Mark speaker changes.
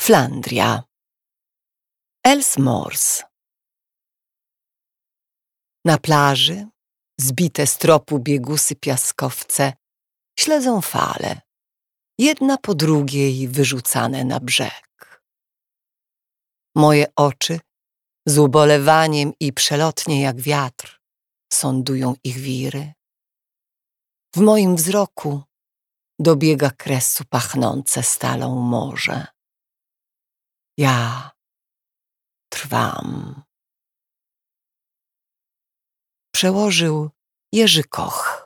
Speaker 1: Flandria. Els Morsch. Na plaży, zbite z tropu biegusy piaskowce, śledzą fale, jedna po drugiej wyrzucane na brzeg. Moje oczy z ubolewaniem i przelotnie jak wiatr sądują ich wiry. W moim wzroku dobiega kresu pachnące stalą morze. Ja trwam. Przełożył Jerzy Koch.